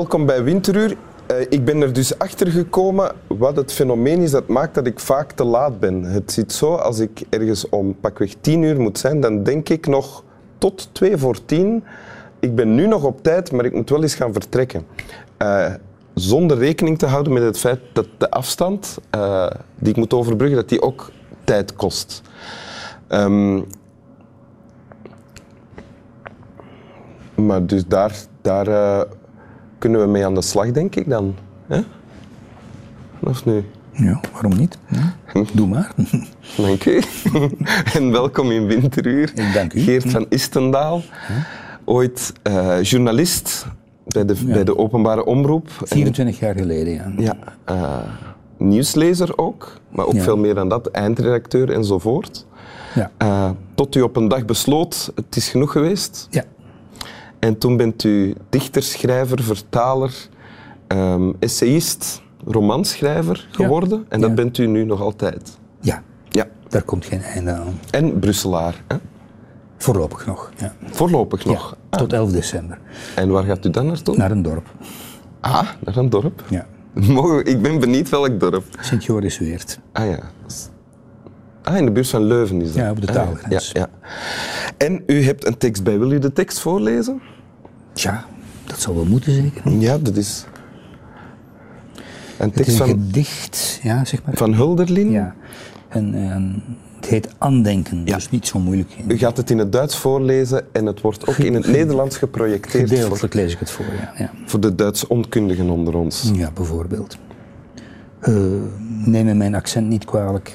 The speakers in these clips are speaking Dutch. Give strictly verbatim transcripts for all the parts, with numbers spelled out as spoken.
welkom bij Winteruur. Uh, ik ben er dus achter gekomen wat het fenomeen is dat maakt dat ik vaak te laat ben. Het zit zo, als ik ergens om pakweg tien uur moet zijn, dan denk ik nog tot twee voor tien. Ik ben nu nog op tijd, maar ik moet wel eens gaan vertrekken. Uh, zonder rekening te houden met het feit dat de afstand uh, die ik moet overbruggen, dat die ook tijd kost. Um, maar dus daar, daar uh, kunnen we mee aan de slag, denk ik dan. Hè? Of nu? Ja, waarom niet? Ja. Doe maar. Dank u. En welkom in Winteruur. Dank u. Geert van Istendaal, ja. Ooit uh, journalist bij de, ja. bij de openbare omroep. vierentwintig jaar geleden, ja. Ja, uh, nieuwslezer ook, maar ook ja. veel meer dan dat, eindredacteur enzovoort. Ja. Uh, tot u op een dag besloot, het is genoeg geweest. Ja. En toen bent u dichter, schrijver, vertaler, um, essayist, romanschrijver geworden. Ja. En dat ja. bent u nu nog altijd. Ja. Ja, daar komt geen einde aan. En Brusselaar, hè? Voorlopig nog, ja. Voorlopig nog? Ja, tot elf december. En waar gaat u dan naartoe? Naar een dorp. Ah, naar een dorp? Ja. Mogen, ik ben benieuwd welk dorp. Sint-Joris-Weert. Ah ja. Ah, in de buurt van Leuven is dat? Ja, op de taalgrens. Ah, ja, ja. En u hebt een tekst bij. Wil u de tekst voorlezen? Ja, dat zal wel moeten zeker. Ja, dat is... Een tekst het is een van... gedicht, ja, zeg maar. Van Hölderlin? Ja. En, en het heet Andenken, ja. Dus niet zo moeilijk. U gaat het in het Duits voorlezen en het wordt ook in het Nederlands geprojecteerd. Gedeeltelijk lees ik het voor, ja. ja. Voor de Duitse onkundigen onder ons. Ja, bijvoorbeeld. Uh, neem me mijn accent niet kwalijk.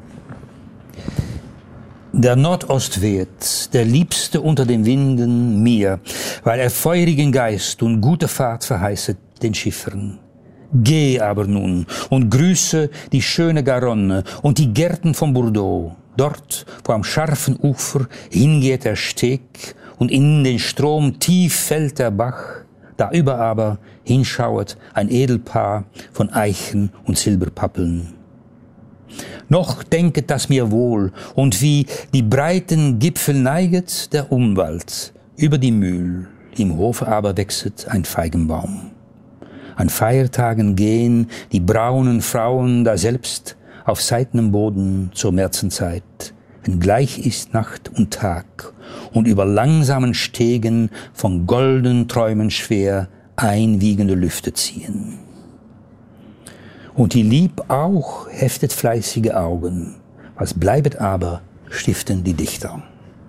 Der Nordost weht, der Liebste unter den Winden mir, weil er feurigen Geist und gute Fahrt verheißet den Schiffern. Geh aber nun und grüße die schöne Garonne und die Gärten von Bordeaux. Dort, wo am scharfen Ufer hingeht der Steg und in den Strom tief fällt der Bach, da über aber hinschauet ein Edelpaar von Eichen und Silberpappeln. Noch denket das mir wohl, und wie die breiten Gipfel neiget der Umwald, über die Mühl, im Hofe aber wächst ein Feigenbaum. An Feiertagen gehen die braunen Frauen da selbst auf seidnem Boden zur Märzenzeit, wenn gleich ist Nacht und Tag, und über langsamen Stegen von golden Träumen schwer einwiegende Lüfte ziehen. Und die Lieb auch heftet fleißige Augen. Was bleibet aber, stiften die Dichter.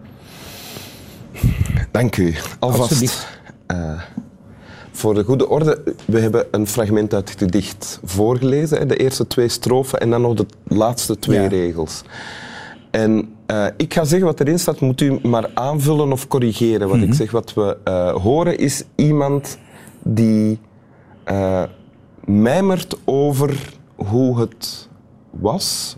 Dank u. Alvast. Uh, voor de goede orde, we hebben een fragment uit het gedicht voorgelezen. De eerste twee strofen en dan nog de laatste twee ja. regels. En uh, ik ga zeggen wat erin staat, moet u maar aanvullen of corrigeren. Wat mm-hmm. ik zeg, wat we uh, horen is iemand die... Uh, mijmert over hoe het was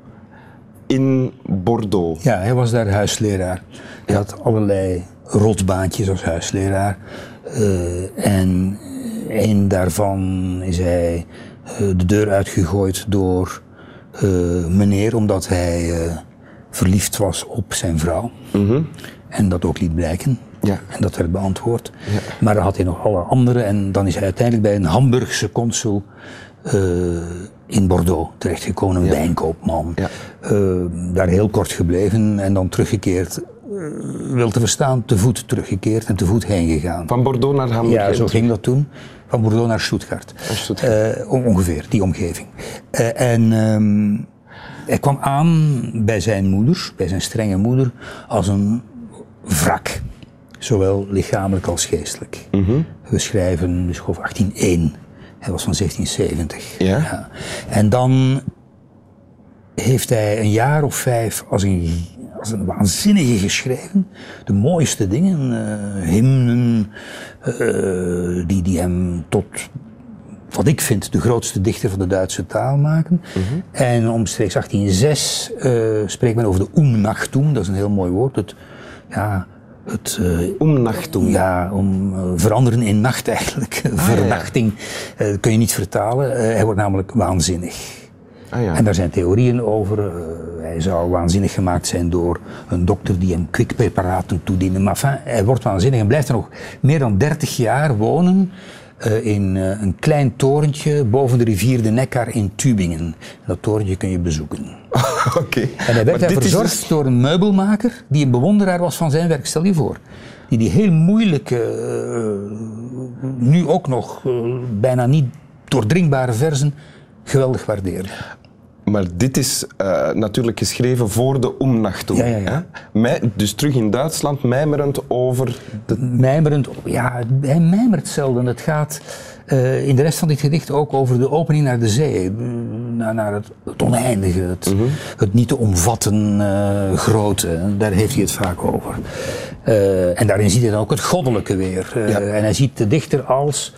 in Bordeaux. Ja, hij was daar huisleraar. Hij ja. had allerlei rotbaantjes als huisleraar. Uh, en een daarvan is hij uh, de deur uitgegooid door uh, meneer, omdat hij uh, verliefd was op zijn vrouw. Mm-hmm. En dat ook liet blijken. Ja. En dat werd beantwoord. Ja. Maar dan had hij nog alle andere en dan is hij uiteindelijk bij een Hamburgse consul uh, in Bordeaux terechtgekomen, een ja. wijnkoopman. Ja. Uh, daar heel kort gebleven en dan teruggekeerd, uh, wel te verstaan, te voet teruggekeerd en te voet heen gegaan. Van Bordeaux naar Hamburg? Ja, zo ging dat toen. Van Bordeaux naar Stuttgart. Stuttgart. Uh, ongeveer, die omgeving. Uh, en um, hij kwam aan bij zijn moeder, bij zijn strenge moeder, als een wrak. Zowel lichamelijk als geestelijk. Mm-hmm. We schrijven, dus geloof achttien één. Hij was van zeventien zeventig. Ja? Ja. En dan heeft hij een jaar of vijf als een, als een waanzinnige geschreven. De mooiste dingen, uh, hymnen, uh, die, die hem tot, wat ik vind, de grootste dichter van de Duitse taal maken. Mm-hmm. En omstreeks achttien zes uh, spreekt men over de Umnachtung, dat is een heel mooi woord. Het, ja, Het, uh, Umnachtung. Ja, om uh, veranderen in nacht eigenlijk. Ah, Vernachting ja. uh, kun je niet vertalen. Uh, hij wordt namelijk waanzinnig. Ah, ja. En daar zijn theorieën over. Uh, hij zou waanzinnig gemaakt zijn door een dokter die hem kwikpreparaten toediende. Maar enfin, hij wordt waanzinnig en blijft er nog meer dan dertig jaar wonen. uh, in uh, een klein torentje boven de rivier de Neckar in Tübingen. En dat torentje kun je bezoeken. Oké. Okay. En hij werd daar verzorgd dus... door een meubelmaker die een bewonderaar was van zijn werk, stel je voor. Die die heel moeilijke, uh, nu ook nog uh, bijna niet doordringbare verzen geweldig waardeerde. Maar dit is uh, natuurlijk geschreven voor de Umnachtung. Ja, ja, ja. Mij, dus terug in Duitsland, mijmerend over... De... Mijmerend, ja, hij mijmert zelden. Het gaat uh, in de rest van dit gedicht ook over de opening naar de zee. Naar, naar het, het oneindige, het, mm-hmm. het niet te omvatten uh, grote. Daar heeft hij het vaak over. Uh, en daarin ziet hij dan ook het goddelijke weer. Uh, ja. En hij ziet de dichter als...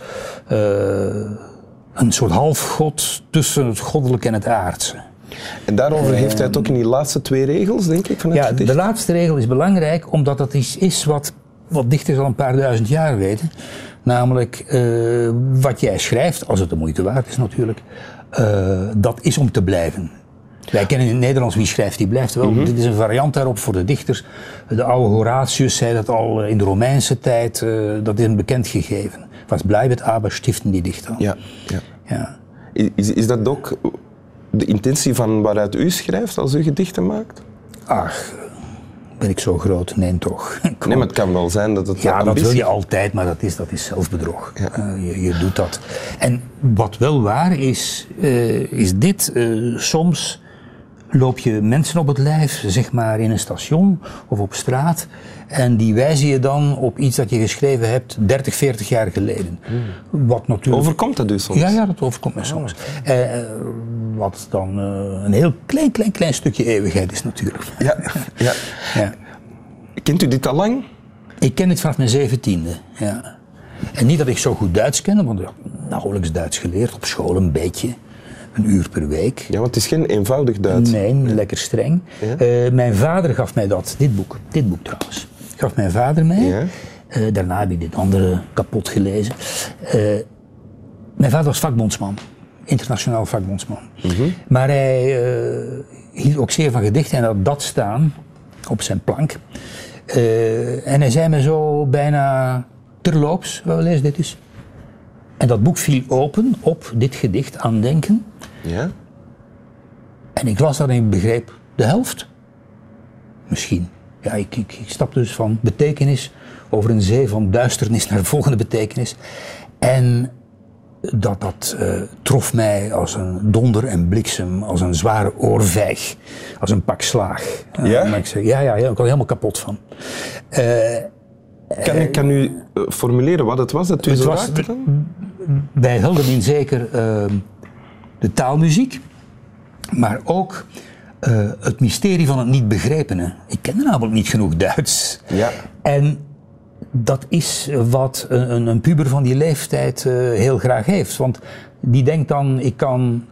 Uh, een soort halfgod tussen het goddelijke en het aardse. En daarover uh, heeft hij het ook in die laatste twee regels, denk ik, van het ja, gedicht? De laatste regel is belangrijk, omdat dat iets is wat, wat dichters al een paar duizend jaar weten. Namelijk, uh, wat jij schrijft, als het de moeite waard is natuurlijk, uh, dat is om te blijven. Wij kennen in het Nederlands wie schrijft, die blijft wel. Mm-hmm. Dit is een variant daarop voor de dichters. De oude Horatius zei dat al in de Romeinse tijd, uh, dat is een bekend gegeven. Was blijft aber stiften die dichter. Ja, ja. ja. Is, is dat ook de intentie van waaruit u schrijft als u gedichten maakt? Ach, ben ik zo groot? Nee, toch. Nee, maar het kan wel zijn dat het... Ja, dat wil je altijd, maar dat is, dat is zelfbedrog. Ja. Uh, je, je doet dat. En wat wel waar is, uh, is dit. Uh, soms loop je mensen op het lijf, zeg maar in een station of op straat. En die wijzen je dan op iets dat je geschreven hebt dertig, veertig jaar geleden. Hmm. Wat natuurlijk... Overkomt dat dus soms? Ja, ja, dat overkomt mij soms. Oh. Uh, wat dan uh, een heel klein, klein, klein stukje eeuwigheid is natuurlijk. Ja, ja. ja. Kent u dit al lang? Ik ken het vanaf mijn zeventiende, ja. En niet dat ik zo goed Duits ken, want ik heb nauwelijks Duits geleerd, op school een beetje. Een uur per week. Ja, want het is geen eenvoudig Duits. Nee, ja. Lekker streng. Ja. Uh, mijn vader gaf mij dat, dit boek, dit boek trouwens, gaf mijn vader mij. Ja. Uh, daarna heb ik dit andere kapot gelezen. Uh, mijn vader was vakbondsman, internationaal vakbondsman. Mm-hmm. Maar hij uh, hield ook zeer van gedichten en had dat staan op zijn plank. Uh, en hij zei me zo bijna terloops, wel lees dit eens. En dat boek viel open op dit gedicht, Aandenken. Ja? En ik las dat en ik begreep de helft. Misschien. Ja, ik, ik, ik stapte dus van betekenis over een zee van duisternis naar de volgende betekenis. En dat, dat uh, trof mij als een donder en bliksem, als een zware oorvijg, als een pak slaag. Uh, ja? Maar ik zei, ja, ja, ja, ik was er helemaal kapot van. Uh, kan, uh, kan u uh, formuleren wat het was dat u het zo was raakte dan? Bij Hölderlin zeker uh, de taalmuziek, maar ook uh, het mysterie van het niet begrepene. Ik kende namelijk niet genoeg Duits. Ja. En dat is wat een, een puber van die leeftijd uh, heel graag heeft. Want die denkt dan, ik kan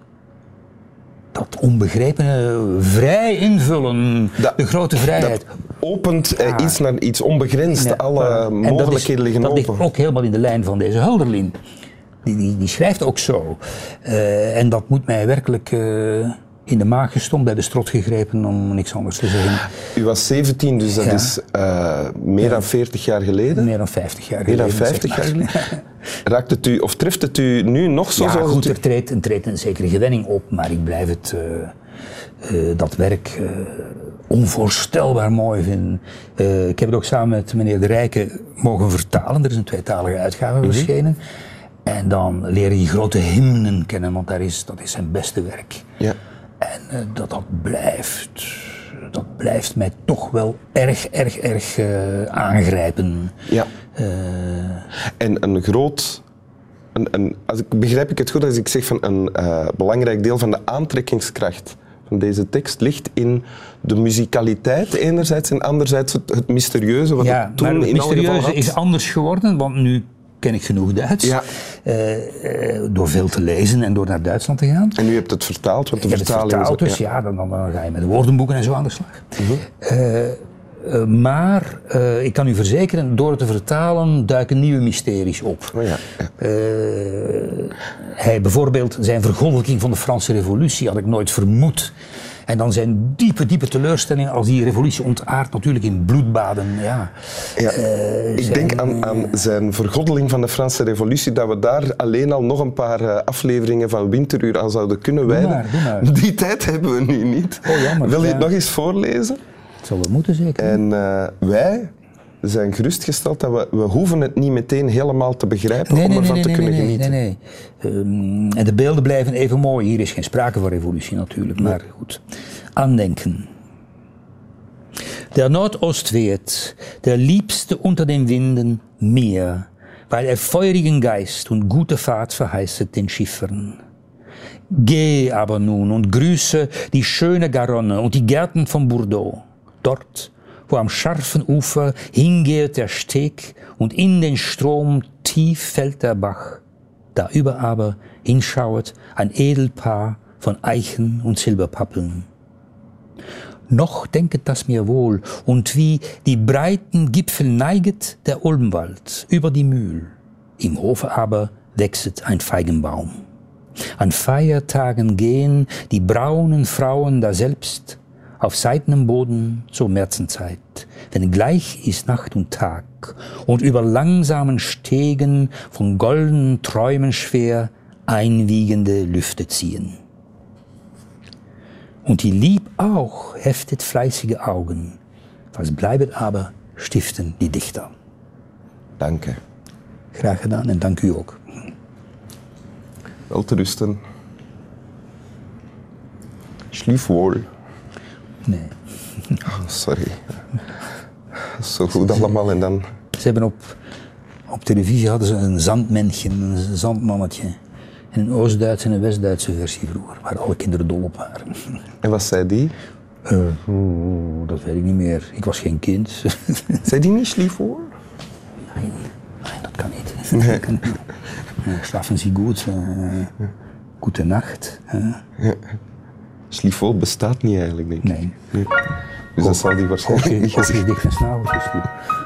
dat onbegrepene vrij invullen. Dat, de grote vrijheid. Dat opent uh, iets naar iets onbegrensd. Ja, alle uh, mogelijkheden liggen dat open. Dat ligt ook helemaal in de lijn van deze Hölderlin. Die, die, die schrijft ook zo. Uh, en dat moet mij werkelijk uh, in de maag gestompt, bij de strot gegrepen, om niks anders te zeggen. U was zeventien, dus dat ja. is uh, meer ja. dan veertig jaar geleden? Meer dan vijftig jaar geleden. Meer dan vijftig jaar geleden? Raakt het u, of treft het u nu nog zo? Ja, goed, u... er treedt, er treedt een zekere gewenning op, maar ik blijf het, uh, uh, dat werk uh, onvoorstelbaar mooi vinden. Uh, ik heb het ook samen met meneer De Rijke mogen vertalen. Er is een tweetalige uitgave mm-hmm. verschenen. En dan leer je die grote hymnen kennen, want daar is, dat is zijn beste werk. Ja. En uh, dat, dat blijft, dat blijft mij toch wel erg, erg, erg uh, aangrijpen. Ja. Uh, en een groot, een, een, als ik, begrijp ik het goed als ik zeg van een uh, belangrijk deel van de aantrekkingskracht van deze tekst ligt in de muzikaliteit enerzijds en anderzijds het, het mysterieuze wat ja, het toen maar het in alle geval had. mysterieuze is anders geworden, want nu ken ik genoeg Duits, ja. uh, uh, door veel te lezen en door naar Duitsland te gaan. En u hebt het vertaald, want de ik vertaling heb het vertaald, is... dus ja, ja dan, dan, dan ga je met de woordenboeken en zo aan de slag. Mm-hmm. Uh, uh, maar uh, ik kan u verzekeren, door het te vertalen duiken nieuwe mysteries op. Oh ja, ja. Uh, hij bijvoorbeeld, zijn vergoddelijking van de Franse Revolutie had ik nooit vermoed. En dan zijn diepe, diepe teleurstellingen als die revolutie ontaardt natuurlijk in bloedbaden. Ja. Ja, uh, ik zijn, denk aan, aan zijn vergoddeling van de Franse revolutie, dat we daar alleen al nog een paar uh, afleveringen van Winteruur aan zouden kunnen wijden. Doe maar, doe maar. Die tijd hebben we nu niet. Oh, jammer, Wil je ja. het nog eens voorlezen? Het zal wel moeten, zeker. En uh, wij zijn gerustgesteld dat we, we hoeven het niet meteen helemaal te begrijpen nee, om nee, ervan nee, te nee, kunnen nee, genieten. Nee, nee. Um, en de beelden blijven even mooi. Hier is geen sprake van revolutie natuurlijk, maar nee. Goed. Andenken. Der Nordost weht, der Liebste unter den Winden, Meer, weil er feurigen Geist und gute Fahrt verheißet den Schiffern. Geh aber nun und grüße die schöne Garonne und die Gärten von Bordeaux. Dort, wo am scharfen Ufer hingeht der Steg und in den Strom tief fällt der Bach. Da über aber hinschauet ein Edelpaar von Eichen und Silberpappeln. Noch denket das mir wohl, und wie die breiten Gipfel neiget der Olmwald über die Mühl. Im Hofe aber wächst ein Feigenbaum. An Feiertagen gehen die braunen Frauen daselbst auf seidenem Boden zur Märzenzeit, wenn gleich ist Nacht und Tag, und über langsamen Stegen von goldenen Träumen schwer einwiegende Lüfte ziehen. Und die Lieb auch heftet fleißige Augen, was bleibet aber, stiften die Dichter. Danke. Graag gedaan en dank u ook. Wel te rusten. Slief wohl. Nee. Oh, sorry. Zo goed allemaal en dan... Ze hebben op, op televisie hadden ze een zandmensje, een zandmannetje. En een Oost-Duitse en een West-Duitse versie vroeger, waar alle kinderen dol op waren. En wat zei die? Uh, oh, dat weet ik niet meer. Ik was geen kind. Zei die niet slief wohl? Nee, nee, dat kan niet. Nee. Dat kan niet. Uh, Schlafen Sie gut. Uh, Gute Nacht. Uh. Ja. Slief wohl bestaat niet eigenlijk, denk ik. Nee. Nee. Dus dat zal die waarschijnlijk niet gezegd. Dicht en snauwtjes.